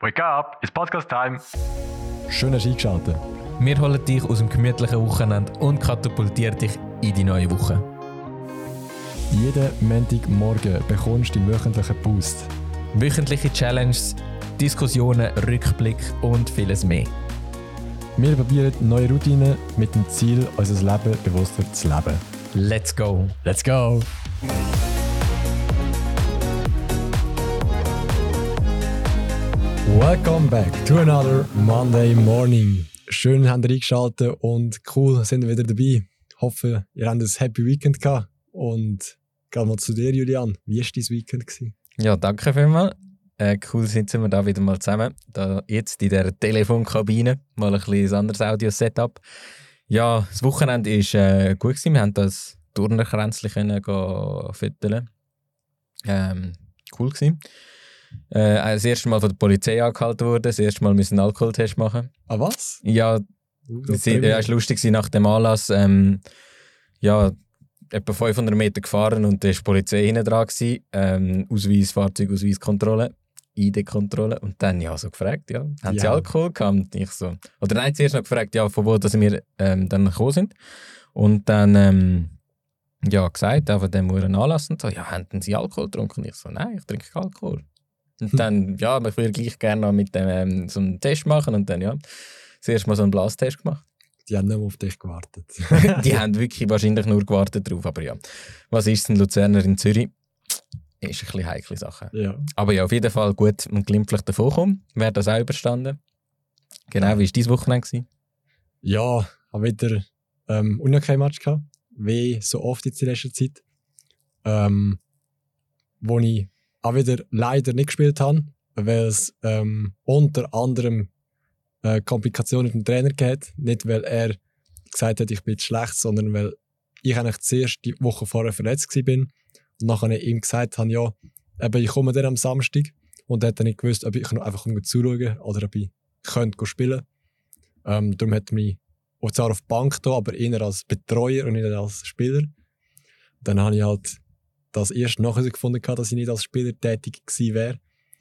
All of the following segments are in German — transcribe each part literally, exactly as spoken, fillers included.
Wake up, it's Podcast Time. Schön hast du eingeschaltet. Wir holen dich aus dem gemütlichen Wochenende und katapultieren dich in die neue Woche. Jeden Montagmorgen bekommst du deinen wöchentlichen Boost. Wöchentliche Challenges, Diskussionen, Rückblick und vieles mehr. Wir probieren neue Routinen mit dem Ziel, unser Leben bewusster zu leben. Let's go! Let's go! Welcome back to another Monday morning. Schön, habt ihr eingeschaltet und cool, sind wir wieder dabei. Ich hoffe, ihr habt ein Happy Weekend gehabt. Und gerade mal zu dir, Julian. Wie war dein Weekend gewesen? Ja, danke vielmals. Äh, cool sind wir da wieder mal zusammen. Da jetzt in der Telefonkabine. Mal ein bisschen anderes Audio-Setup. Ja, das Wochenende war äh, gut gewesen. Wir haben das Turnerkränzchen füttern. Ähm, cool gewesen. Äh, das erste Mal von der Polizei angehalten wurde. Das erste Mal müssen einen Alkoholtest machen. Ah, was? Ja, es uh, ja, war lustig nach dem Anlass. Ähm, ja, etwa fünfhundert Meter gefahren und da war die Polizei hinten dran. Ähm, Ausweis, Fahrzeugausweiskontrolle, I D-Kontrolle. Und dann ja, so gefragt, ja, haben ja. sie Alkohol gehabt? Und ich so. Oder nein, zuerst noch gefragt, ja, von wo dass wir ähm, dann gekommen sind. Und dann ähm, ja, gesagt, ja, von dem Uhren Anlass und so, ja, haben sie Alkohol getrunken? Und ich so, nein, ich trinke keinen Alkohol. Und dann, ja, ich würde gleich gerne noch mit dem ähm, so einen Test machen und dann, ja, zuerst mal so einen Blastest gemacht. Die haben nicht mehr auf dich gewartet. Die haben wirklich wahrscheinlich nur gewartet drauf, aber ja. Was ist denn Luzerner in Zürich? Ist eine bisschen heikle Sache. Ja. Aber ja, auf jeden Fall gut und glimpflich davon kommen. Wer hat das auch überstanden? Genau, wie war dein Wochenende? Ja, ich habe wieder ähm, Uni-Match gehabt, wie so oft jetzt in letzter Zeit. Ähm, wo ich auch wieder leider nicht gespielt habe, weil es ähm, unter anderem äh, Komplikationen mit dem Trainer gehabt. Nicht, weil er gesagt hat, ich bin schlecht, sondern weil ich eigentlich zuerst die Woche vorher verletzt war. Und nachher ihm gesagt habe, ja, eben, ich komme dann am Samstag. Und er hat dann nicht gewusst, ob ich noch einfach zuschauen oder ob ich könnte spielen könnte. Ähm, darum hat er mich zwar auf die Bank da, aber eher als Betreuer und nicht als Spieler. Dann habe ich halt das erst nachher gefunden, dass ich nicht als Spieler tätig gewesen wäre.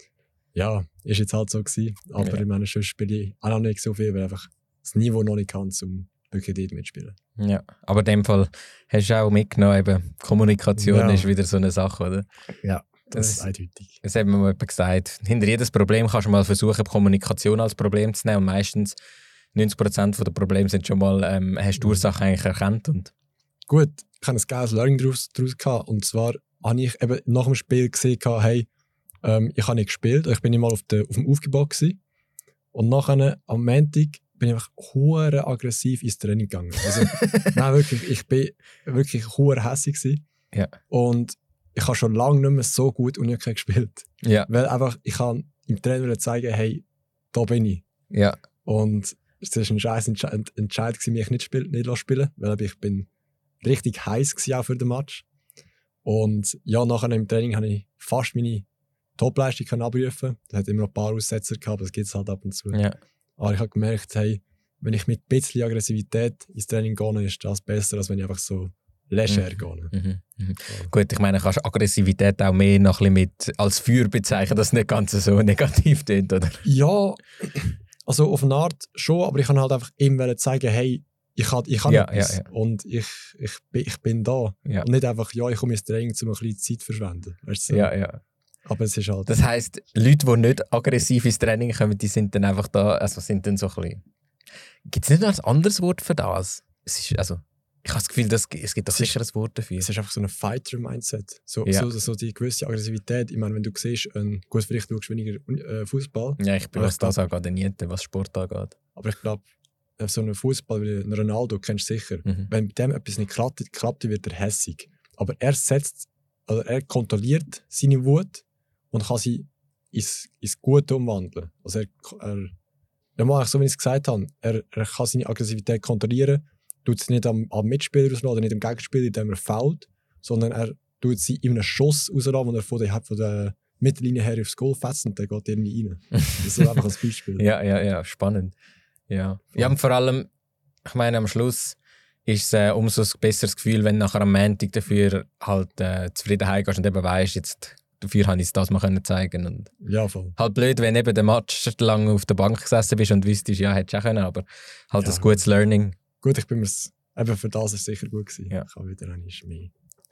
Ja, ist jetzt halt so gewesen. Aber ja. Ich meine, sonst spiele ich auch noch nicht so viel, weil einfach das Niveau noch nicht kann, um wirklich dort mitzuspielen. Ja, aber in dem Fall hast du auch mitgenommen, eben, Kommunikation ja. ist wieder so eine Sache, oder? Ja, das, das ist eindeutig. Das hat mir mal jemand gesagt. Hinter jedes Problem kannst du mal versuchen, Kommunikation als Problem zu nehmen. Und meistens neunzig Prozent der Probleme sind schon mal, ähm, hast du die Ursache eigentlich erkannt. Und gut, ich hatte ein geiles Learning daraus, daraus gehabt. Und zwar habe ich eben nach dem Spiel gesehen, hey, ähm, ich habe nicht gespielt. Ich bin nicht mal auf, der, auf dem Aufgebot gewesen. Und nachher, am Montag, bin ich einfach hure aggressiv ins Training gegangen. Also, nein, wirklich, ich bin wirklich hure hässig gewesen. Ja. Und ich habe schon lange nicht mehr so gut Uni gespielt. Ja. Weil einfach, ich kann im Trainer zeigen, hey, da bin ich. Ja. Und es war ein scheiß Entscheid, Entscheid mich nicht, spiel, nicht spielen, weil ich bin richtig heiß war auch für den Match. Und ja, nachher im Training habe ich fast meine Topleistung abrufen. Es hat immer noch ein paar Aussetzer gehabt, das gibt es halt ab und zu. Ja. Aber ich habe gemerkt, hey, wenn ich mit ein bisschen Aggressivität ins Training gehe, ist das besser, als wenn ich einfach so leger mhm. gehe. Mhm. Mhm. So. Gut, ich meine, kannst du Aggressivität auch mehr noch ein bisschen mit als Feuer bezeichnen, dass es nicht ganz so negativ klingt, oder? Ja, also auf eine Art schon, aber ich kann halt einfach ihm zeigen, hey, ich kann, ich kann ja, etwas ja, ja. und ich, ich, bin, ich bin da. Ja. Und nicht einfach, ja, ich komme ins Training, um ein bisschen Zeit zu verschwenden. Weißt du, so. Ja, ja. Aber es ist halt... Das heisst, Leute, die nicht aggressiv ins Training kommen, die sind dann einfach da, also sind dann so ein bisschen... Gibt es nicht noch ein anderes Wort für das? Es ist, also, ich habe das Gefühl, dass, es gibt doch sicher ein Wort dafür. Es ist einfach so ein Fighter-Mindset. So, ja. so, so die gewisse Aggressivität. Ich meine, wenn du siehst, ähm, gut, vielleicht schaust du weniger äh, Fußball. Ja, ich bin, was das angeht, nicht, was Sport angeht. Aber ich glaube, so einen Fußball wie einen Ronaldo kennst du sicher. Mhm. Wenn mit dem etwas nicht klappt, klappt, wird er hässig. Aber er setzt, also er kontrolliert seine Wut und kann sie ins, ins Gute umwandeln. Also er, er, er macht so, wie ich es gesagt habe, er, er kann seine Aggressivität kontrollieren, tut sie nicht am, am Mitspieler rauslassen oder nicht am Gegenspieler, indem er foult, sondern er tut sie in einem Schuss rauslassen, den er von der, von der Mittellinie her aufs Goal fetzt und der geht irgendwie rein. Das ist einfach als Beispiel. Ja, ja, ja, spannend. Ja. Ja, und vor allem, ich meine, am Schluss ist es äh, umso ein besseres Gefühl, wenn du nachher am Montag dafür halt äh, zufrieden heimgehst und eben weisst, jetzt dafür habe ich es das mal können zeigen und ja, voll. halt blöd, wenn eben der Match lange auf der Bank gesessen bist und wüsstest, ja, hättest du auch können, aber halt ja. ein gutes Learning. Gut, ich bin mir's, eben für das ist es sicher gut gewesen. Ja. Ich habe wieder einmal mehr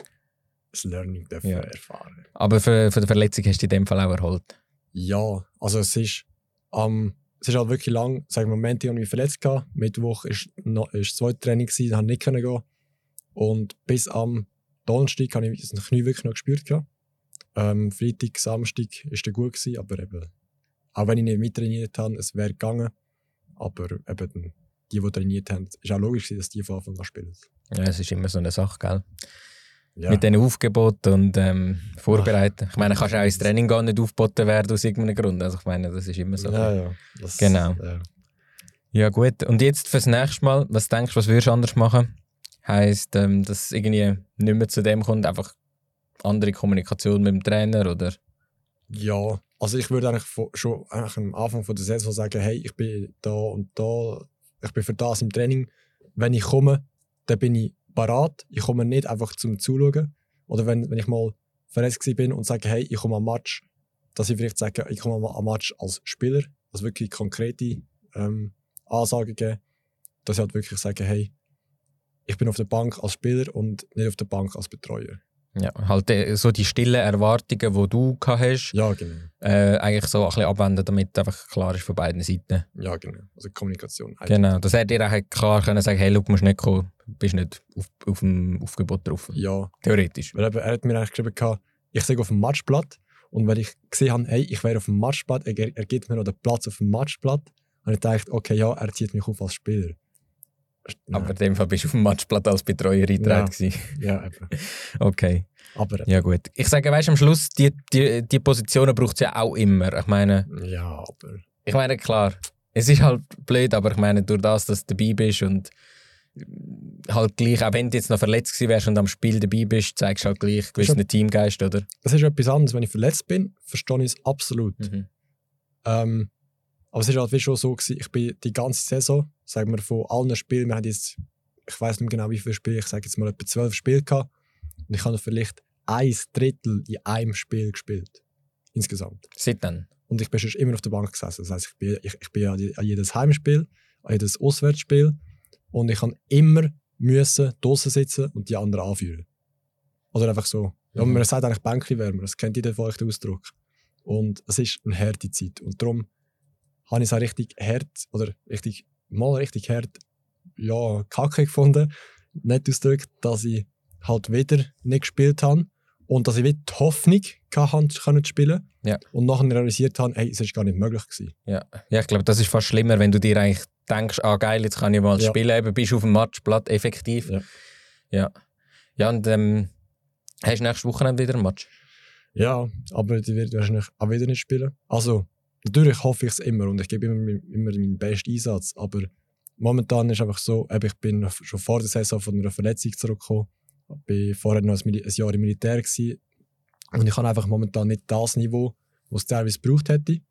das Learning dürfen ja. erfahren. Aber für, für die Verletzung hast du in dem Fall auch erholt? Ja, also es ist, um, es ist halt wirklich lang, sagen wir, Momente habe ich mich verletzt gehabt. Mittwoch ist noch ist das zweite Training gewesen, da konnte ich nicht gehen. Und bis am Donnerstag habe ich das Knie wirklich noch gespürt gehabt. Ähm, Freitag, Samstag ist der gut gewesen, aber eben, auch wenn ich nicht mittrainiert habe, es wäre gegangen. Aber eben, die, die trainiert haben, ist auch logisch, dass die von Anfang an spielen. Ja, es ist immer so eine Sache, gell? Ja. Mit diesen Aufgeboten und ähm, Vorbereiten. Ich meine, kannst du auch ins Training gar nicht aufgeboten werden aus irgendeinem Grund. Also ich meine, das ist immer so. Ja, ja. Das, genau. Ja. ja, gut. Und jetzt fürs nächste Mal, was denkst du, was würdest du anders machen? Heisst, ähm, dass es irgendwie nicht mehr zu dem kommt, einfach andere Kommunikation mit dem Trainer, oder? Ja, also ich würde eigentlich schon eigentlich am Anfang von der Saison sagen, hey, ich bin da und da, ich bin für das im Training. Wenn ich komme, dann bin ich parat. Ich komme nicht einfach zum Zuschauen. Oder wenn, wenn ich mal verletzt bin und sage, hey, ich komme am Match, dass ich vielleicht sage, ich komme am Match als Spieler, also wirklich konkrete ähm, Ansagen geben, dass ich halt wirklich sage, hey, ich bin auf der Bank als Spieler und nicht auf der Bank als Betreuer. Ja, halt äh, so die stillen Erwartungen, die du gehabt hast, ja, genau. äh, eigentlich so ein bisschen abwenden, damit einfach klar ist von beiden Seiten. Ja, genau. Also Kommunikation. Genau, das hätte ihr auch klar können sagen, hey, du musst nicht kommen, bist nicht auf, auf dem Aufgebot drauf. Ja. Theoretisch. Weil er hat mir eigentlich geschrieben, ich sage auf dem Matchblatt und wenn ich gesehen habe, hey, ich wäre auf dem Matchblatt, er, er gibt mir noch den Platz auf dem Matchblatt, habe ich gedacht, okay, ja, er zieht mich auf als Spieler. Nein. Aber in dem Fall bist du auf dem Matchblatt als Betreuer eingetragen. Ja, ja, eben. Okay. Aber, ja gut. Ich sage, weißt du, am Schluss, die, die, die Positionen braucht es ja auch immer. Ich meine... Ja, aber... Ich meine, klar, es ist halt blöd, aber ich meine, durch das, dass du dabei bist und halt gleich, auch wenn du jetzt noch verletzt gewesen wärst und am Spiel dabei bist, zeigst du halt gleich gewissen Teamgeist, oder? Das ist etwas anderes. Wenn ich verletzt bin, verstehe ich es absolut. Mhm. Ähm, aber es ist halt wie schon so gewesen, ich bin die ganze Saison, sagen wir von allen Spielen, wir haben jetzt, ich weiss nicht genau wie viele Spiele, ich sage jetzt mal etwa zwölf Spiele gehabt und ich habe vielleicht ein Drittel in einem Spiel gespielt. Insgesamt. Seit dann? Und ich bin schon immer auf der Bank gesessen. Das heisst, ich bin, ich, ich bin an jedes Heimspiel, an jedes Auswärtsspiel und ich kann immer müssen draussen sitzen und die anderen anführen. Oder einfach so. Ja, mhm. Man sagt eigentlich Bänkli-Wärmer, das kennt jeder von euch den Ausdruck. Und es ist eine harte Zeit. Und darum habe ich es auch richtig hart, oder richtig, mal richtig hart, ja, kacke gefunden, nicht ausgedrückt, dass ich halt wieder nicht gespielt habe und dass ich wieder die Hoffnung hatte, zu spielen. Ja. Und nachher realisiert habe, hey, es ist gar nicht möglich gewesen. Ja, ja, ich glaube, das ist fast schlimmer, wenn du dir eigentlich denkst, ah geil, jetzt kann ich mal ja. spielen, eben bist du auf dem Matchblatt, effektiv. Ja. Ja, ja und ähm, hast du nächste Woche wieder ein Match? Ja, aber die wird wahrscheinlich auch wieder nicht spielen. Also, natürlich hoffe ich es immer und ich gebe immer, immer meinen besten Einsatz, aber momentan ist es einfach so, ich bin schon vor der Saison von einer Verletzung zurückgekommen, ich war vorher noch ein Jahr im Militär gewesen, und ich habe einfach momentan nicht das Niveau, das es teilweise gebraucht hätte.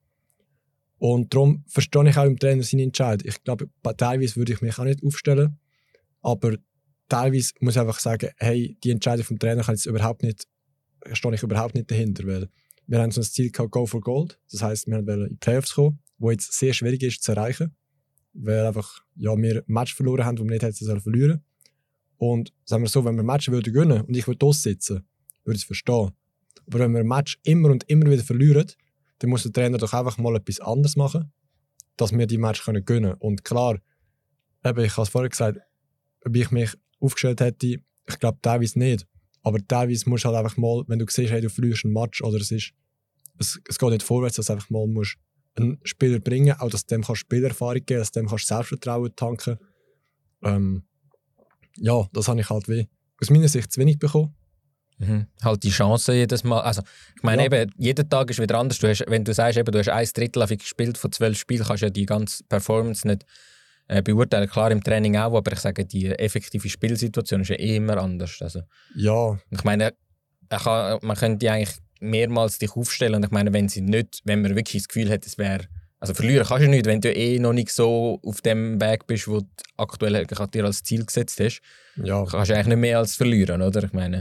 Und darum verstehe ich auch im Trainer seine Entscheidung. Ich glaube, teilweise würde ich mich auch nicht aufstellen, aber teilweise muss ich einfach sagen, hey, die Entscheidung vom Trainer kann jetzt überhaupt nicht, stehe ich überhaupt nicht dahinter, weil wir haben so ein Ziel gehabt, Go for Gold. Das heisst, wir wollten in die Playoffs kommen, wo jetzt sehr schwierig ist zu erreichen, weil einfach, ja, wir ein Match verloren haben, das wir nicht hätten verlieren sollen. Und sagen wir so, wenn wir ein Match würden gewinnen und ich würde aussitzen, würde ich es verstehen. Aber wenn wir ein Match immer und immer wieder verlieren, dann muss der Trainer doch einfach mal etwas anderes machen, dass wir die Match gewinnen können. Und klar, eben, ich habe es vorher gesagt, ob ich mich aufgestellt hätte, ich glaube teilweise nicht. Aber teilweise musst du halt einfach mal, wenn du siehst, hey, du verlierst einen Match oder es ist, es, es geht nicht vorwärts, dass du einfach mal musst einen Spieler bringen, auch dass du dem kannst Spielerfahrung geben, dass du dem kannst Selbstvertrauen tanken. Ähm, ja, das habe ich halt wie aus meiner Sicht zu wenig bekommen. Mhm. Halt die Chance jedes Mal. Also, ich meine, ja. eben, jeden Tag ist wieder anders. Du hast, wenn du sagst, eben, du hast ein Drittel gespielt von zwölf Spielen, kannst du ja die ganze Performance nicht äh, beurteilen. Klar, im Training auch, aber ich sage, die effektive Spielsituation ist ja eh immer anders. Also, ja. Ich meine, kann, man könnte eigentlich mehrmals dich aufstellen und ich meine, wenn sie nicht, wenn man wirklich das Gefühl hat, es wäre, also verlieren kannst du nicht, wenn du eh noch nicht so auf dem Weg bist, wo du aktuell dir als Ziel gesetzt hast, ja. kannst du eigentlich nicht mehr als verlieren, oder? Ich meine,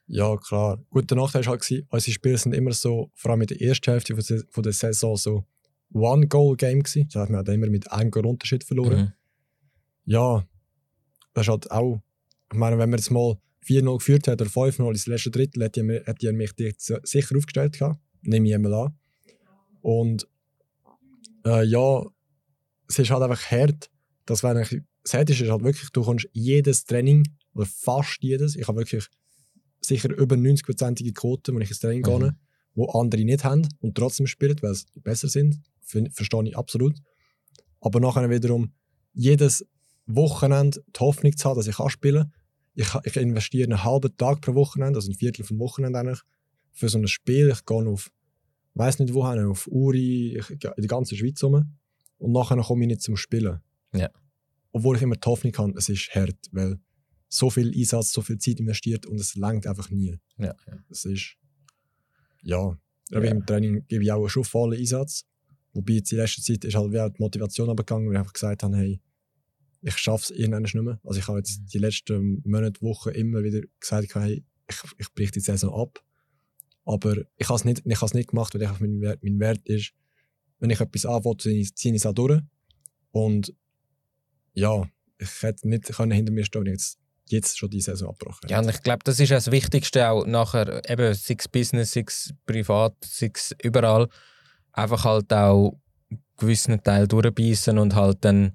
Ja, klar. Gut, der Nachteil war halt, unsere Spiele sind immer so, vor allem in der ersten Hälfte von der Saison, so One-Goal-Game gewesen. Das heißt, wir haben immer mit einem Goal-Unterschied verloren. Mhm. Ja, das ist halt auch, ich meine, wenn wir jetzt mal vier null geführt hätten oder fünf null ins letzte Drittel, hätte ich, hätte ich mich sicher aufgestellt gehabt. Nehme ich einmal an. Und äh, ja, es ist halt einfach hart, dass wenn ich, das Härteste ist halt wirklich, du kommst jedes Training, oder fast jedes, ich habe wirklich sicher über neunzig prozentige Quoten, wenn ich ins Training mhm. gehe, wo andere nicht haben und trotzdem spielen, weil sie besser sind. Verstehe ich absolut. Aber nachher wiederum jedes Wochenende die Hoffnung zu haben, dass ich spielen kann. Ich, ich investiere einen halben Tag pro Wochenende, also ein Viertel vom Wochenende eigentlich, für so ein Spiel. Ich gehe auf, ich weiss nicht wohin, auf Uri, ich, in der ganzen Schweiz rum. Und nachher komme ich nicht zum Spielen. Ja. Obwohl ich immer die Hoffnung habe, es ist hart, weil so viel Einsatz, so viel Zeit investiert und es reicht einfach nie. Ja, ja. Es ist, ja, ja. Im Training gebe ich auch schon vollen Einsatz. Wobei jetzt in letzter Zeit ist halt wieder die Motivation abgegangen, weil ich einfach gesagt habe, hey, ich schaffe es irgendwann nicht mehr. Also ich habe jetzt die letzten Monate, Wochen immer wieder gesagt, hey, ich, ich breche die Saison ab. Aber ich habe es nicht, ich habe es nicht gemacht, weil ich mein Wert, mein Wert ist, wenn ich etwas anfange, ziehe ich es auch durch. Und ja, ich hätte nicht können hinter mir stehen, wenn ich jetzt, jetzt schon die Saison abgebrochen hätte. Ja, und ich glaube, das ist das Wichtigste auch nachher, eben sechs Business, sechs Privat, sechs überall, einfach halt auch einen gewissen Teil durchbeissen und halt dann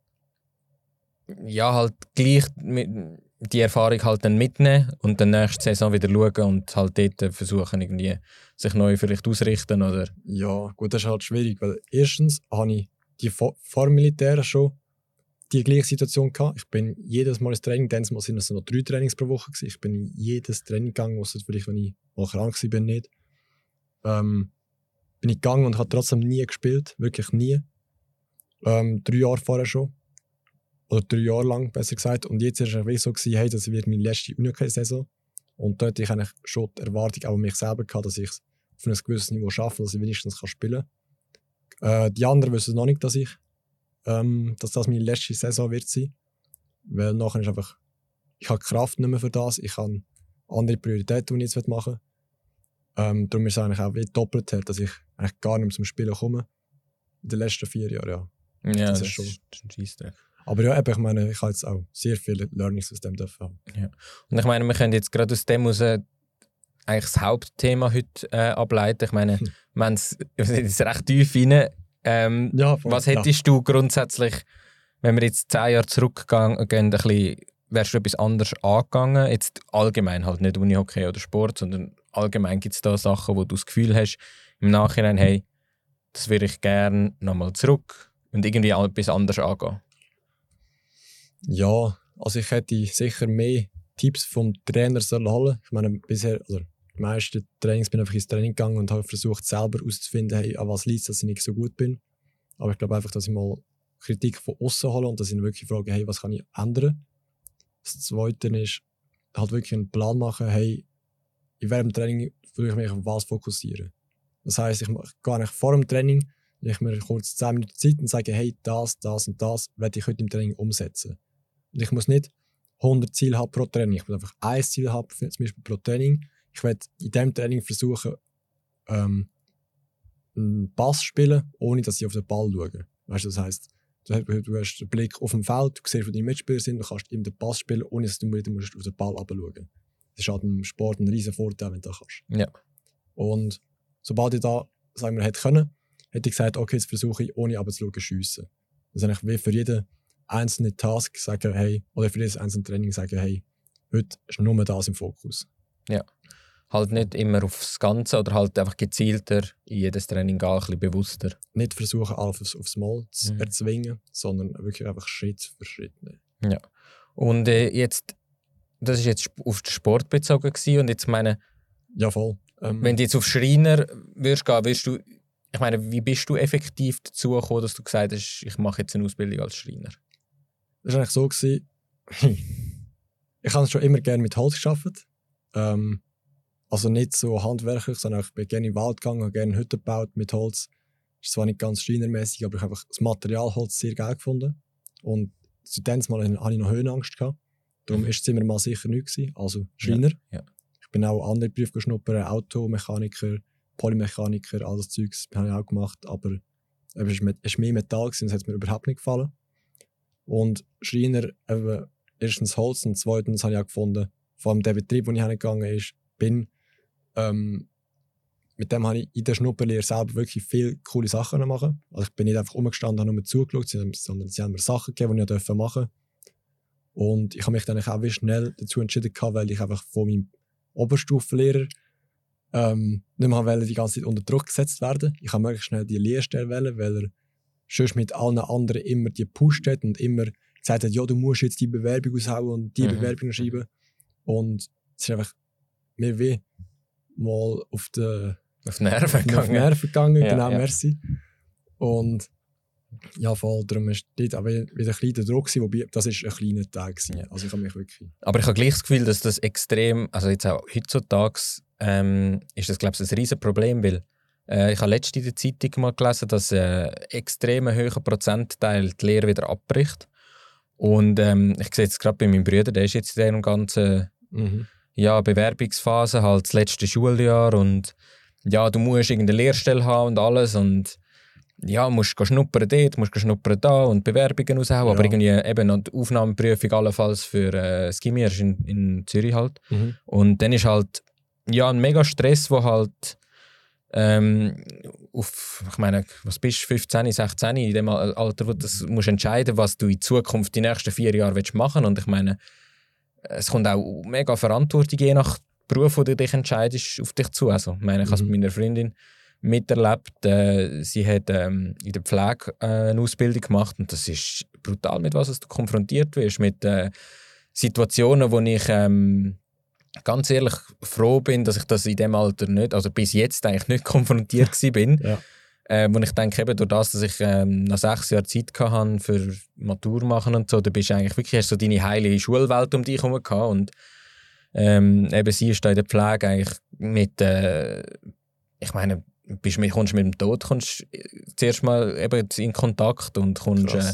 ja, halt gleich mit, die Erfahrung halt dann mitnehmen und dann nächste Saison wieder schauen und halt dort versuchen, irgendwie sich neu vielleicht ausrichten, oder? Ja, gut, das ist halt schwierig, weil erstens habe ich die vor, vor dem Militär schon die gleiche Situation gehabt. Ich bin jedes Mal ins Training, dann sind es noch drei Trainings pro Woche gewesen. Ich bin in jedes Training gegangen, außer vielleicht, wenn ich mal krank war, nicht. Ähm, bin ich gegangen und habe trotzdem nie gespielt, wirklich nie. Ähm, drei Jahre vorher schon. Oder drei Jahre lang, besser gesagt. Und jetzt war es wirklich so, gewesen, hey, das wird meine letzte Unihockey-Saison. Und dort hatte ich eigentlich schon die Erwartung auch an mich selber gehabt, dass ich es auf ein gewisses Niveau schaffe, dass ich wenigstens spielen kann. Äh, die anderen wissen noch nicht, dass ich ähm, dass das meine letzte Saison wird sein. Weil nachher ist einfach, ich habe Kraft nicht mehr für das, ich habe andere Prioritäten, die ich jetzt machen will. Ähm, darum ist es eigentlich auch wie doppelt her, dass ich eigentlich gar nicht mehr zum Spielen komme. In den letzten vier Jahren, ja. Ja, das, das ist schon ein Scheissdreck. Aber ja, eben, ich meine, ich habe jetzt auch sehr viele Learnings aus dem dürfen haben. Ja. Und ich meine, wir können jetzt gerade aus dem raus äh, eigentlich das Hauptthema heute äh, ableiten. Ich meine, hm. wir sind jetzt recht tief rein. Ähm, ja, voll, was hättest ja. du grundsätzlich, wenn wir jetzt zehn Jahre zurückgehen, ein bisschen, wärst du etwas anderes angegangen? Jetzt allgemein halt, nicht Unihockey oder Sport, sondern allgemein gibt es da Sachen, wo du das Gefühl hast, im Nachhinein, hey, das würde ich gerne nochmal zurück und irgendwie etwas anderes angehen. Ja, also ich hätte sicher mehr Tipps vom Trainer sollen holen. Ich meine, bisher, oder die meisten Trainings bin ich einfach ins Training gegangen und habe versucht, selber herauszufinden, hey, an was liegt es, dass ich nicht so gut bin. Aber ich glaube einfach, dass ich mal Kritik von außen hole und dass ich ihn wirklich frage, hey, was kann ich ändern? Das Zweite ist, halt wirklich einen Plan machen, hey, während dem Training würde ich mich auf was fokussieren. Das heisst, ich gehe eigentlich vor dem Training, ich mir kurz zehn Minuten Zeit und sage, hey, das, das und das werde ich heute im Training umsetzen. Und ich muss nicht hundert Ziele haben pro Training, ich muss einfach ein Ziel haben, zum Beispiel pro Training. Ich werde in diesem Training versuchen, ähm, einen Pass zu spielen, ohne dass ich auf den Ball schaue. Weißt du, das heisst, du, du hast den Blick auf dem Feld, du siehst, wo deine Mitspieler sind, du kannst ihm den Pass spielen, ohne dass du wieder musst auf den Ball runterschauen musst. Das ist halt im Sport ein riesen Vorteil, wenn du das kannst. Ja. Und sobald ich da, sagen wir, hätte können, hätte ich gesagt, okay, jetzt versuche ich, ohne runterzuschauen, zu schiessen. Das ist eigentlich wie für jeden einzelnen Task sagen, hey, oder für jedes einzelne Training sagen, hey, heute ist nur das im Fokus. Ja. Halt nicht immer aufs Ganze oder halt einfach gezielter in jedes Training gehen, ein bisschen bewusster. Nicht versuchen, alles aufs, aufs Mal zu mhm. erzwingen, sondern wirklich einfach Schritt für Schritt nehmen. Ja. Und äh, jetzt, das war jetzt auf den Sport bezogen gewesen, und jetzt meine, ja voll. Ähm, wenn du jetzt auf Schreiner würdest gehen, wirst du, ich meine, wie bist du effektiv dazu gekommen, dass du gesagt hast, ich mache jetzt eine Ausbildung als Schreiner? Das war eigentlich so gewesen, ich habe schon immer gerne mit Holz gearbeitet. Ähm, Also nicht so handwerklich, sondern ich bin gerne in den Wald gegangen, habe gerne Hütten gebaut mit Holz. Das ist zwar nicht ganz schreinermäßig, aber ich habe das Material Holz sehr geil gefunden. Und zu dem Mal hatte ich noch Höhenangst gehabt. Darum war es immer mal sicher nicht gewesen. Also Schreiner. Ja, ja. Ich Ich bin auch andere Berufe geschnuppert, Automechaniker, Polymechaniker, all das Zeugs habe ich auch gemacht, aber es war mehr Metall gewesen, das hat mir überhaupt nicht gefallen. Und Schreiner, eben, erstens Holz und zweitens habe ich auch gefunden, vor allem der Betrieb, wo ich hingegangen ist, bin, ähm, mit dem habe ich in der Schnupperlehre selber wirklich viele coole Sachen machen. Also ich bin nicht einfach rumgestanden und nur zugeschaut, sondern sie haben mir Sachen gegeben, die ich machen durfte. Und ich habe mich dann auch wie schnell dazu entschieden, weil ich einfach von meinem Oberstufenlehrer ähm, nicht mehr wollte, die ganze Zeit unter Druck gesetzt werden. Ich habe möglichst schnell die Lehrstelle wählen, weil er sonst mit allen anderen immer die gepusht hat und immer gesagt hat, ja, du musst jetzt die Bewerbung aushauen und die mhm. Bewerbung schreiben. Und es ist einfach mir wie mal auf die Auf Nerven gegangen. Auf Nerven gegangen, ja, genau, ja. merci. Und ja, voll, darum war dort aber wieder ein kleiner Druck gewesen, wobei das war ein kleiner Tag gewesen. Ja. Also ich habe mich wirklich... Aber ich habe gleich das Gefühl, dass das extrem, also jetzt auch heutzutage, ähm, ist das, glaube ich, ein riesen Problem, weil äh, ich habe letztens in der Zeitung mal gelesen, dass ein äh, extrem hoher Prozentteil die Lehre wieder abbricht. Und ähm, ich sehe jetzt gerade bei meinem Bruder, der ist jetzt in der ganzen mhm. ja, Bewerbungsphase, halt das letzte Schuljahr und ja, du musst irgendeine Lehrstelle haben und alles und ja, musst schnuppern dort, musst schnuppern da und Bewerbungen raushauen, ja. Aber irgendwie eben noch die Aufnahmeprüfung allenfalls für äh, das Gymnasium in, in Zürich halt. Mhm. Und dann ist halt ja ein mega Stress, wo halt ähm, auf, ich meine, was bist du, fünfzehn, sechzehn, in dem Alter, wo du musst entscheiden, was du in Zukunft die nächsten vier Jahre willst machen. Und ich meine, es kommt auch mega Verantwortung, je nach Beruf, wo du dich entscheidest, auf dich zu. Also, ich meine, ich mhm. habe es bei meiner Freundin miterlebt. Äh, sie hat ähm, in der Pflege äh, eine Ausbildung gemacht und das ist brutal, mit was du konfrontiert wirst. Mit äh, Situationen, wo ich ähm, ganz ehrlich froh bin, dass ich das in dem Alter nicht, also bis jetzt eigentlich nicht konfrontiert bin. Ja. Äh, wo ich denke, eben durch das, dass ich ähm, nach sechs Jahren Zeit hatte für Matur machen und so, da bist du eigentlich wirklich, hast so deine heile Schulwelt um dich herum gehabt und ähm, eben sie ist da in der Pflege eigentlich mit, äh, ich meine, bist mit, kommst mit dem Tod kommst zuerst mal eben in Kontakt und kommst äh,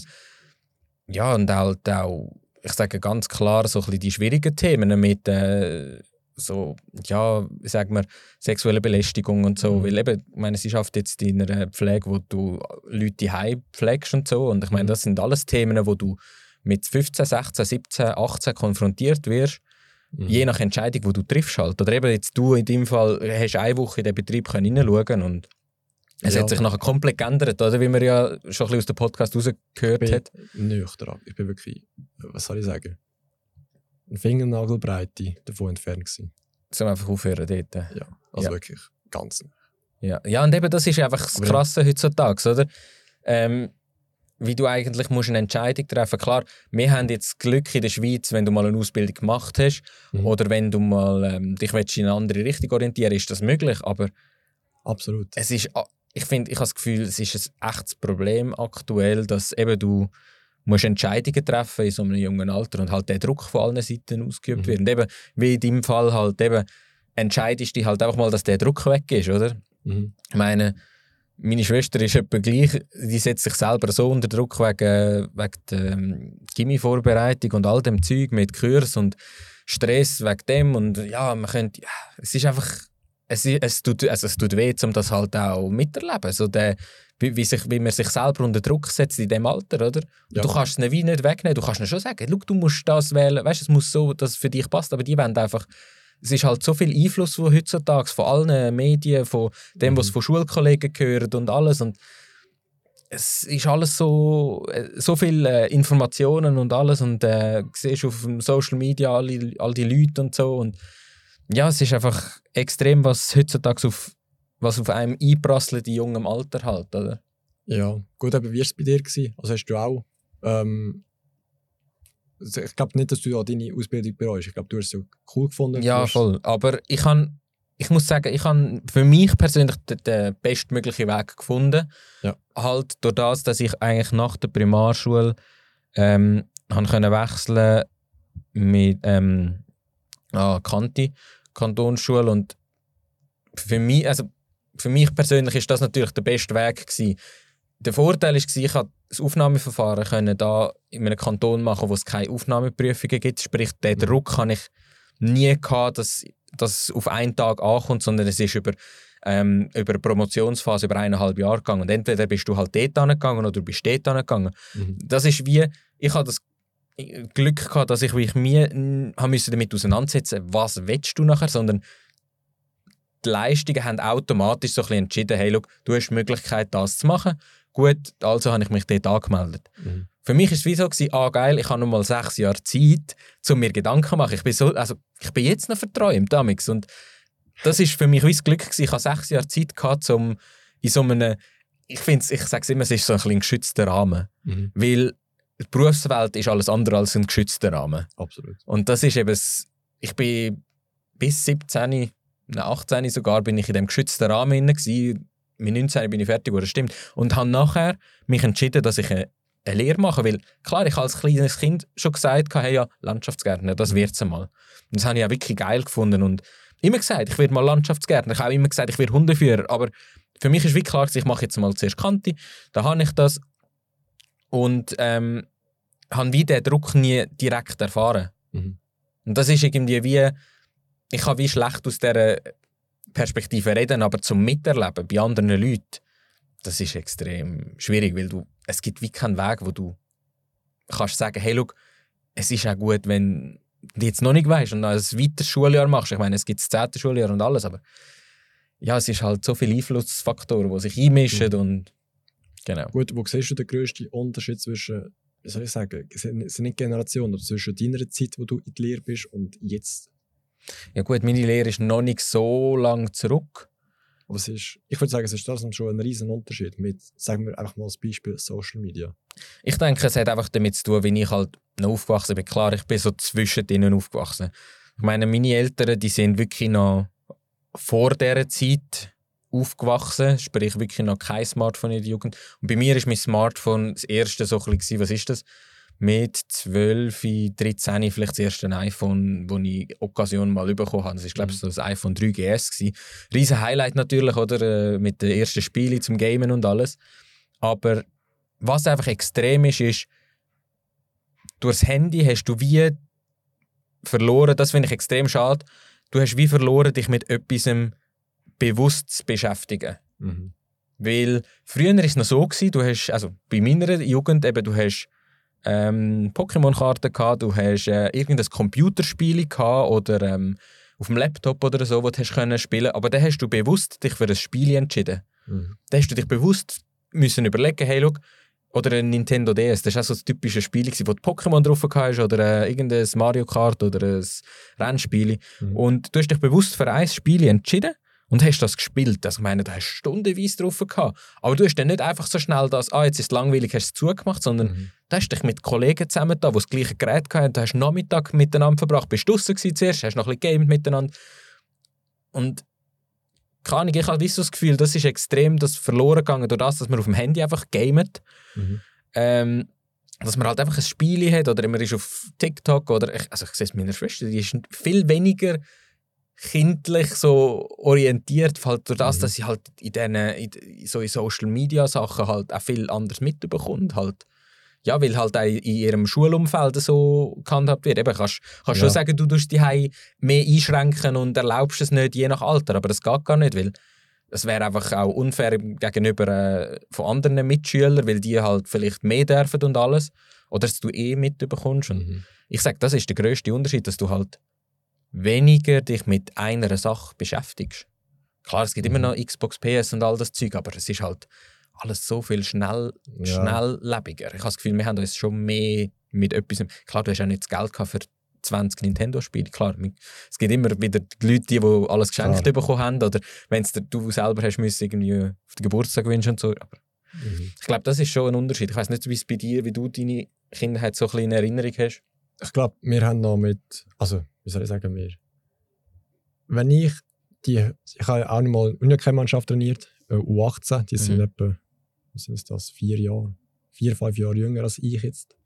ja und halt auch, ich sage ganz klar, so ein bisschen die schwierigen Themen mit äh, so, ja, sag mal, sexuelle Belästigung und so, mhm. weil eben, ich meine, sie schafft jetzt in einer Pflege, wo du Leute heim pflegst und so und ich meine, das sind alles Themen, wo du mit fünfzehn, sechzehn, siebzehn, achtzehn konfrontiert wirst, mhm. je nach Entscheidung, die du triffst halt. Oder eben jetzt du in deinem Fall hast eine Woche in den Betrieb hineinschauen und es ja. hat sich nachher komplett geändert, oder? Wie man ja schon ein bisschen aus dem Podcast rausgehört hat. Ich bin nüchtern. Ich bin wirklich, was soll ich sagen, eine Fingernagelbreite davon entfernt gewesen. Sollen wir einfach aufhören dort? Ja, also ja. wirklich ganz. Ja. ja, und eben das ist einfach das Krasse ja. heutzutage, oder? Ähm, wie du eigentlich musst eine Entscheidung treffen. Klar, wir haben jetzt Glück in der Schweiz, wenn du mal eine Ausbildung gemacht hast mhm. oder wenn du mal ähm, dich willst in eine andere Richtung orientieren, ist das möglich, aber absolut. Es ist, ich finde, ich habe das Gefühl, es ist ein echtes Problem aktuell, dass eben du musst Entscheidungen treffen in so einem jungen Alter und halt der Druck von allen Seiten ausgeübt mhm. wird. Und eben, wie in deinem Fall halt eben, entscheidest du halt einfach mal, dass der Druck weg ist, oder? Mhm. Ich meine, meine Schwester ist etwa gleich, die setzt sich selber so unter Druck wegen, wegen der ähm, Chemie-Vorbereitung und all dem Zeug mit Kurs und Stress wegen dem und ja, man könnte, ja, es ist einfach, es, es, tut, also es tut weh, um das halt auch miterleben, so der, wie, wie, sich, wie man sich selber unter Druck setzt in dem Alter, oder? Ja. Du kannst es nicht, nicht wegnehmen, du kannst nicht schon sagen, schau, du musst das wählen, weißt, es muss so, dass es für dich passt, aber die wollen einfach, es ist halt so viel Einfluss von heutzutage, von allen Medien, von dem, mhm. was von Schulkollegen gehört und alles. Und es ist alles so, so viele Informationen und alles. Und äh, du siehst auf Social Media alle, all die Leute und so. Und ja, es ist einfach extrem, was heutzutage auf, was auf einem einprasselt in jungem Alter halt, oder? Ja, gut, aber wie war es bei dir? Also hast du auch... Ähm Ich glaube nicht, dass du deine Ausbildung bereust. Ich glaube, du hast es so cool gefunden. Ja, voll. Aber ich, kann, ich muss sagen, ich habe für mich persönlich den, den bestmöglichen Weg gefunden. Ja. Halt durch das, dass ich eigentlich nach der Primarschule ähm, können wechseln mit ähm, ah, Kanti, Kantonsschule. Und für mich, also für mich persönlich ist das natürlich der beste Weg gewesen. Der Vorteil war, ich konnte das Aufnahmeverfahren können da in einem Kanton machen, wo es keine Aufnahmeprüfungen gibt. Sprich, den Druck hatte ich nie gehabt, dass dass es auf einen Tag ankommt, sondern es ist über, ähm, über eine Promotionsphase über eineinhalb Jahre gegangen. Und entweder bist du halt dort angegangen oder du bist dort angegangen. Mhm. Das ist wie, ich habe das Glück gehabt, dass ich mich mir damit auseinandersetzen musste, was willst du nachher, sondern die Leistungen haben automatisch so ein bisschen entschieden, hey, look, du hast die Möglichkeit, das zu machen. Gut, also habe ich mich dort angemeldet. Mhm. Für mich war es wie so, ah geil, ich habe noch mal sechs Jahre Zeit, um mir Gedanken zu machen. Ich bin, so, also, ich bin jetzt noch verträumt damals. Und das war für mich wie das Glück gewesen. Ich hatte sechs Jahre Zeit gehabt, um in so einem, ich finde, ich sage es immer, es ist so ein, ein geschützter Rahmen. Mhm. Weil die Berufswelt ist alles andere als ein geschützter Rahmen. Absolut. Und das ist eben, ich bin bis siebzehn, achtzehn sogar, bin ich in dem geschützten Rahmen gewesen. Mit neunzehn bin ich fertig, das stimmt. Und habe nachher mich entschieden, dass ich eine, eine Lehre mache. Weil, klar, ich als kleines Kind schon gesagt habe, hey, ja, Landschaftsgärtner, das wird es einmal. Und das habe ich auch wirklich geil gefunden. Und immer gesagt, ich werde mal Landschaftsgärtner. Ich habe auch immer gesagt, ich werde Hundeführer. Aber für mich ist wirklich klar, ich mache jetzt mal zuerst Kanti. Da habe ich das. Und ähm, habe wie den Druck nie direkt erfahren. Mhm. Und das ist irgendwie wie, ich kann wie schlecht aus dieser Perspektive reden, aber zum Miterleben bei anderen Leuten, das ist extrem schwierig, weil du, es gibt wie keinen Weg, wo du kannst sagen, hey, look, es ist auch gut, wenn du jetzt noch nicht weißt und ein weiteres Schuljahr machst. Ich meine, es gibt das zehnte Schuljahr und alles, aber ja, es ist halt so viele Einflussfaktoren, die sich einmischen mhm. und genau. Gut, wo siehst du den grössten Unterschied zwischen, wie soll ich sagen, es sind nicht Generationen, aber zwischen deiner Zeit, wo du in der Lehre bist und jetzt? Ja gut, meine Lehre ist noch nicht so lange zurück. Aber es ist, ich würde sagen, es ist trotzdem schon ein riesen Unterschied mit, sagen wir einfach mal als Beispiel, Social Media. Ich denke, es hat einfach damit zu tun, wie ich halt noch aufgewachsen bin. Klar, ich bin so zwischen denen aufgewachsen. Ich meine, meine Eltern, die sind wirklich noch vor dieser Zeit aufgewachsen, sprich wirklich noch kein Smartphone in der Jugend. Und bei mir ist mein Smartphone das erste so ein bisschen, was ist das? Mit zwölf, dreizehn vielleicht das erste iPhone, das ich Occasion mal bekommen habe. Das war, glaube ich, so das iPhone drei G S. Riesen Highlight natürlich, oder? Mit den ersten Spielen zum Gamen und alles. Aber was einfach extrem ist, ist, durch das Handy hast du wie verloren, das finde ich extrem schade, du hast wie verloren, dich mit etwas bewusst zu beschäftigen. Mhm. Weil früher war es noch so, gewesen, du hast, also bei meiner Jugend, eben, du hast Ähm, Pokémon-Karten gehabt, du hast äh, irgendein Computerspiel gehabt oder ähm, auf dem Laptop oder so, wo du hast können spielen. Aber dann hast du bewusst dich für ein Spiel entschieden. Mhm. Dann hast du dich bewusst müssen überlegen, hey, look, oder ein Nintendo D S, das war auch so das typische Spiel, wo du Pokémon drauf hast oder äh, irgendein Mario Kart oder ein Rennspiel. Mhm. Und du hast dich bewusst für ein Spiel entschieden und hast das gespielt. Also, ich meine, du hast stundenweise drauf gehabt. Aber du hast dann nicht einfach so schnell das, ah, jetzt ist es langweilig, hast du es zugemacht, sondern mhm. du hast dich mit Kollegen zusammen da, die das gleiche Gerät hatten, du hast Nachmittag miteinander verbracht, bist draussen zuerst, hast noch ein bisschen gamed miteinander. Und keine Ahnung, ich habe wie so das Gefühl, das ist extrem das verloren gegangen durch das, dass man auf dem Handy einfach gamet. Mhm. Ähm, dass man halt einfach ein Spiel hat oder man ist auf TikTok oder, ich, also ich sehe es meiner Schwester, die ist viel weniger kindlich so orientiert, halt durch das, mhm. dass sie halt in, den, in so in Social Media Sachen halt auch viel anders mitbekommt. Halt. Ja, weil halt auch in ihrem Schulumfeld so gehandhabt wird. Eben, kannst kannst ja. schon sagen, du tust dich mehr einschränken und erlaubst es nicht, je nach Alter, aber das geht gar nicht, weil es wäre einfach auch unfair gegenüber äh, von anderen Mitschülern, weil die halt vielleicht mehr dürfen und alles, oder dass du eh mitbekommst. Mhm. Ich sage, das ist der grösste Unterschied, dass du halt weniger dich mit einer Sache beschäftigst. Klar, es gibt mhm. immer noch Xbox, P S und all das Zeug, aber es ist halt alles so viel schnell, ja. schnelllebiger. Ich habe das Gefühl, wir haben uns schon mehr mit etwas... Klar, du hast auch nicht das Geld für zwanzig Nintendo-Spiele. Klar, es gibt immer wieder die Leute, die alles geschenkt Klar. bekommen haben, oder wenn es du selber hast müssen, irgendwie auf den Geburtstag wünschen und so. Aber mhm. ich glaube, das ist schon ein Unterschied. Ich weiss nicht, wie es bei dir, wie du deine Kindheit so ein bisschen in Erinnerung hast. Ich glaube, wir haben noch mit... Also, wie soll ich sagen, wir... Wenn ich die... Ich habe auch noch mal eine Unihockey-Mannschaft trainiert, U achtzehn, die sind mhm. etwa... Was sind das? Vier Jahre? Vier, fünf Jahre jünger als ich jetzt.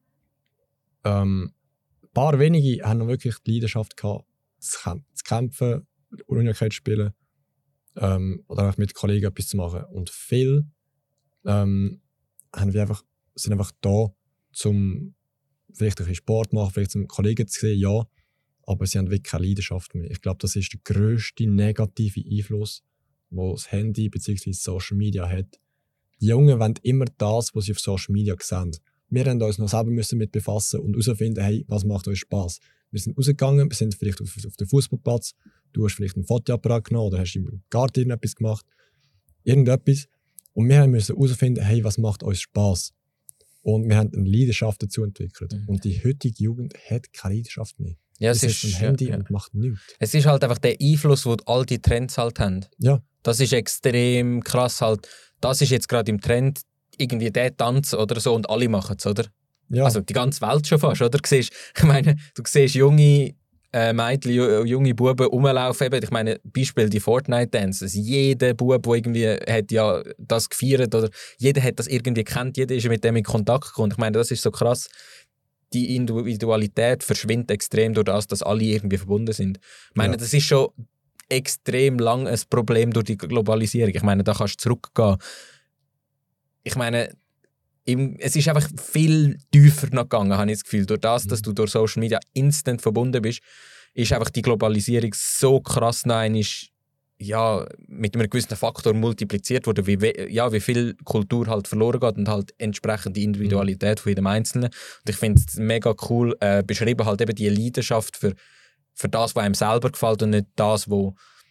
Ähm, ein paar wenige haben noch wirklich die Leidenschaft gehabt, zu kämpfen, Unihockey zu spielen ähm, oder auch mit Kollegen etwas zu machen. Und viele ähm, haben wir einfach, sind einfach da, um vielleicht ein bisschen Sport zu machen, vielleicht zum Kollegen zu sehen, ja. aber sie haben wirklich keine Leidenschaft mehr. Ich glaube, das ist der grösste negative Einfluss, den das Handy bzw. Social Media hat. Die Jungen wollen immer das, was sie auf Social Media sehen. Wir haben uns noch selber müssen mit befassen und herausfinden, hey, was macht euch Spass? Wir sind rausgegangen, wir sind vielleicht auf, auf den Fußballplatz, du hast vielleicht einen Fotoapparat genommen oder hast im Garten etwas gemacht, irgendetwas. Und wir müssen herausfinden, hey, was macht euch Spass? Und wir haben eine Leidenschaft dazu entwickelt. Mhm. Und die heutige Jugend hat keine Leidenschaft mehr. Ja, es ist ein Handy ja, ja. und macht nichts. Es ist halt einfach der Einfluss, den all die Trends halt haben. Ja. Das ist extrem krass halt. Das ist jetzt gerade im Trend, irgendwie der Tanz oder so und alle machen es, oder? Ja. Also die ganze Welt schon fast, oder? Du siehst, ich meine, du siehst junge äh, Mädchen, junge Buben rumlaufen. Eben, ich meine, Beispiel die Fortnite-Dances. Jeder Bub, der irgendwie hat ja das gefeiert oder jeder hat das irgendwie gekannt, jeder ist mit dem in Kontakt gekommen. Ich meine, das ist so krass. Die Individualität verschwindet extrem durch das, dass alle irgendwie verbunden sind. Ich meine, ja. das ist schon extrem lang ein Problem durch die Globalisierung. Ich meine, da kannst du zurückgehen. Ich meine, im, es ist einfach viel tiefer noch gegangen, habe ich das Gefühl. Durch das, dass du durch Social Media instant verbunden bist, ist einfach die Globalisierung so krass noch einmal, ja, mit einem gewissen Faktor multipliziert worden, wie, ja, wie viel Kultur halt verloren geht und halt entsprechend die Individualität von jedem Einzelnen. Und ich finde es mega cool, äh, beschrieben halt eben die Leidenschaft für, für das, was einem selber gefällt und nicht das, wo,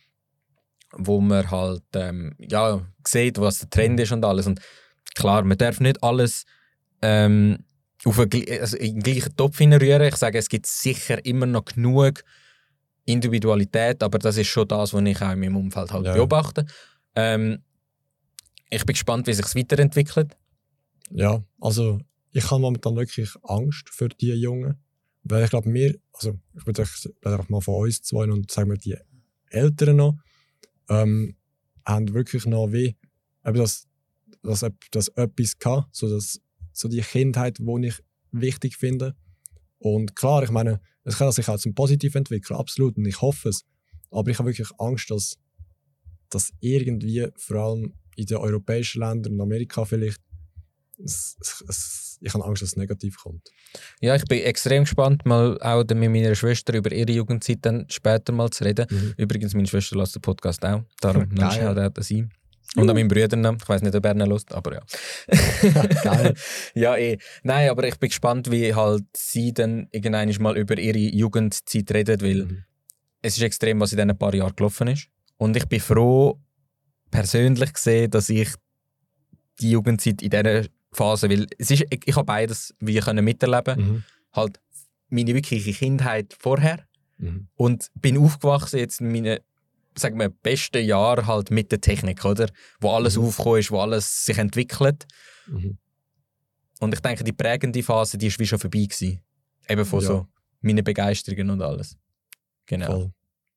wo man halt ähm, ja, sieht, was der Trend ist und alles. Und klar, man darf nicht alles ähm, auf einen, also in den gleichen Topf hineinrühren. Ich sage, es gibt sicher immer noch genug Individualität, aber das ist schon das, was ich auch in meinem Umfeld halt ja. beobachte. Ähm, ich bin gespannt, wie sich es weiterentwickelt. Ja, also ich habe momentan wirklich Angst für die Jungen, weil ich glaube, wir, also ich würde einfach mal von uns zwei und sagen wir die Älteren noch, ähm, haben wirklich noch wie eben das, das, das etwas gehabt, so, das, so die Kindheit, die ich wichtig finde. Und klar, ich meine, es kann sich auch zum Positiven entwickeln, absolut, und ich hoffe es. Aber ich habe wirklich Angst, dass, dass irgendwie, vor allem in den europäischen Ländern und Amerika vielleicht, es, es, ich habe Angst, dass es negativ kommt. Ja, ich bin extrem gespannt, mal auch mit meiner Schwester über ihre Jugendzeit dann später mal zu reden. Mhm. Übrigens, meine Schwester lässt den Podcast auch, darum noch schnell auch das ein. Und an meinen Brüdern, ich weiss nicht, ob er ihn hört, aber ja. Geil. Ja, eh. Nein, aber ich bin gespannt, wie halt sie dann irgendwann mal über ihre Jugendzeit redet, weil mhm. es ist extrem, was in diesen paar Jahren gelaufen ist. Und ich bin froh, persönlich gesehen, dass ich die Jugendzeit in dieser Phase, weil es ist, ich, ich habe beides wie können miterleben. Mhm. Halt meine wirkliche Kindheit vorher mhm. und bin aufgewachsen jetzt in meinen, sagen wir, besten Jahren halt mit der Technik, oder? Wo alles mhm. aufgekommen ist, wo alles sich entwickelt. Mhm. Und ich denke, die prägende Phase, die ist wie schon vorbei gewesen. Eben von ja. so meinen Begeisterungen und alles. Genau. Voll.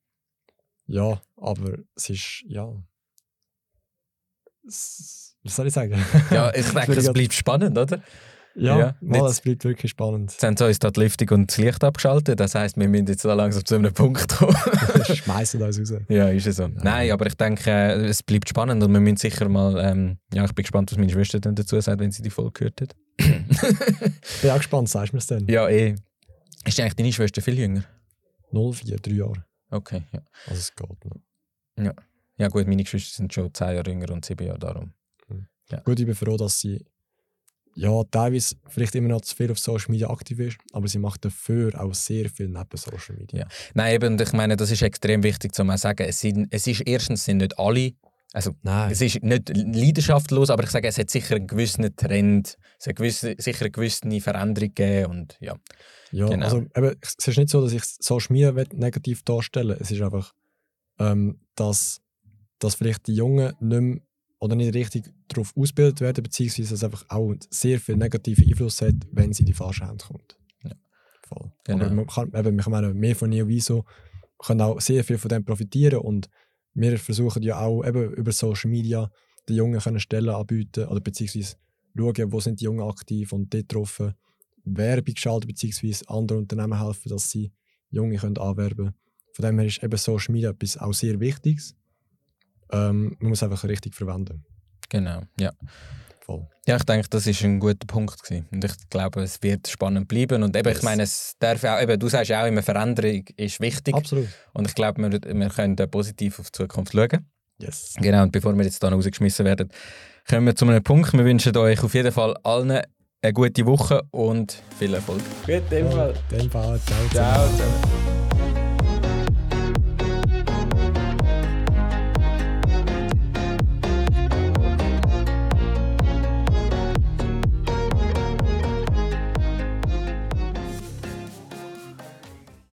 Ja, aber es ist, ja... Es, was soll ich sagen? Ja, ich denke, es bleibt spannend, oder? Ja, ja mal, es bleibt wirklich spannend. Jetzt haben sie uns da die Lüftung und das Licht abgeschaltet. Das heisst, wir müssen jetzt da langsam zu einem Punkt kommen. Schmeißen uns raus. Ja, ist es so. Nein. Nein, aber ich denke, es bleibt spannend und wir müssen sicher mal... Ähm, ja, ich bin gespannt, was meine Schwester dann dazu sagt, wenn sie die Folge gehört hat. Ich bin auch gespannt, sagst du mir es denn? Ja, eh. Ist eigentlich deine Schwester viel jünger? null vier, drei Jahre. Okay, ja. Also es geht noch. Ja. Ja gut, meine Geschwister sind schon zehn Jahre jünger und sieben Jahre darum. Mhm. Ja. Gut, ich bin froh, dass sie ja, teilweise vielleicht immer noch zu viel auf Social Media aktiv ist, aber sie macht dafür auch sehr viel neben Social Media. Ja. Nein, eben, und ich meine, das ist extrem wichtig zu sagen. Es, sind, es ist erstens sind nicht alle, also Nein. es ist nicht leidenschaftlos, aber ich sage, es hat sicher einen gewissen Trend, es hat gewisse, sicher eine gewisse Veränderung gegeben und ja. Ja, genau. Also eben, es ist nicht so, dass ich Social Media negativ darstellen will. Es ist einfach, ähm, dass, dass vielleicht die Jungen nicht mehr oder nicht richtig darauf ausgebildet werden, beziehungsweise dass es einfach auch sehr viel negativen Einfluss hat, wenn sie in die falsche Hand kommt. Ja. Voll. Genau. Aber man kann, eben, wir können mehr von Neo Wieso können auch sehr viel von dem profitieren und wir versuchen ja auch eben über Social Media den Jungen können Stellen anbieten oder beziehungsweise schauen, wo sind die Jungen aktiv und dort drauf Werbung schalten, beziehungsweise anderen Unternehmen helfen, dass sie Junge können anwerben können. Von dem her ist eben Social Media etwas auch sehr Wichtiges. Ähm, man muss einfach richtig verwenden. Genau, ja. voll. Ja, ich denke, das war ein guter Punkt gewesen. Und ich glaube, es wird spannend bleiben. Und eben, yes. ich meine, es darf auch, eben, du sagst ja auch immer, Veränderung ist wichtig. Absolut. Und ich glaube, wir, wir können da positiv auf die Zukunft schauen. Yes. Genau, und bevor wir jetzt da rausgeschmissen werden, kommen wir zu einem Punkt. Wir wünschen euch auf jeden Fall allen eine gute Woche und viel Erfolg. Gut, in dem Fall. In dem Fall. Ciao, ciao. ciao.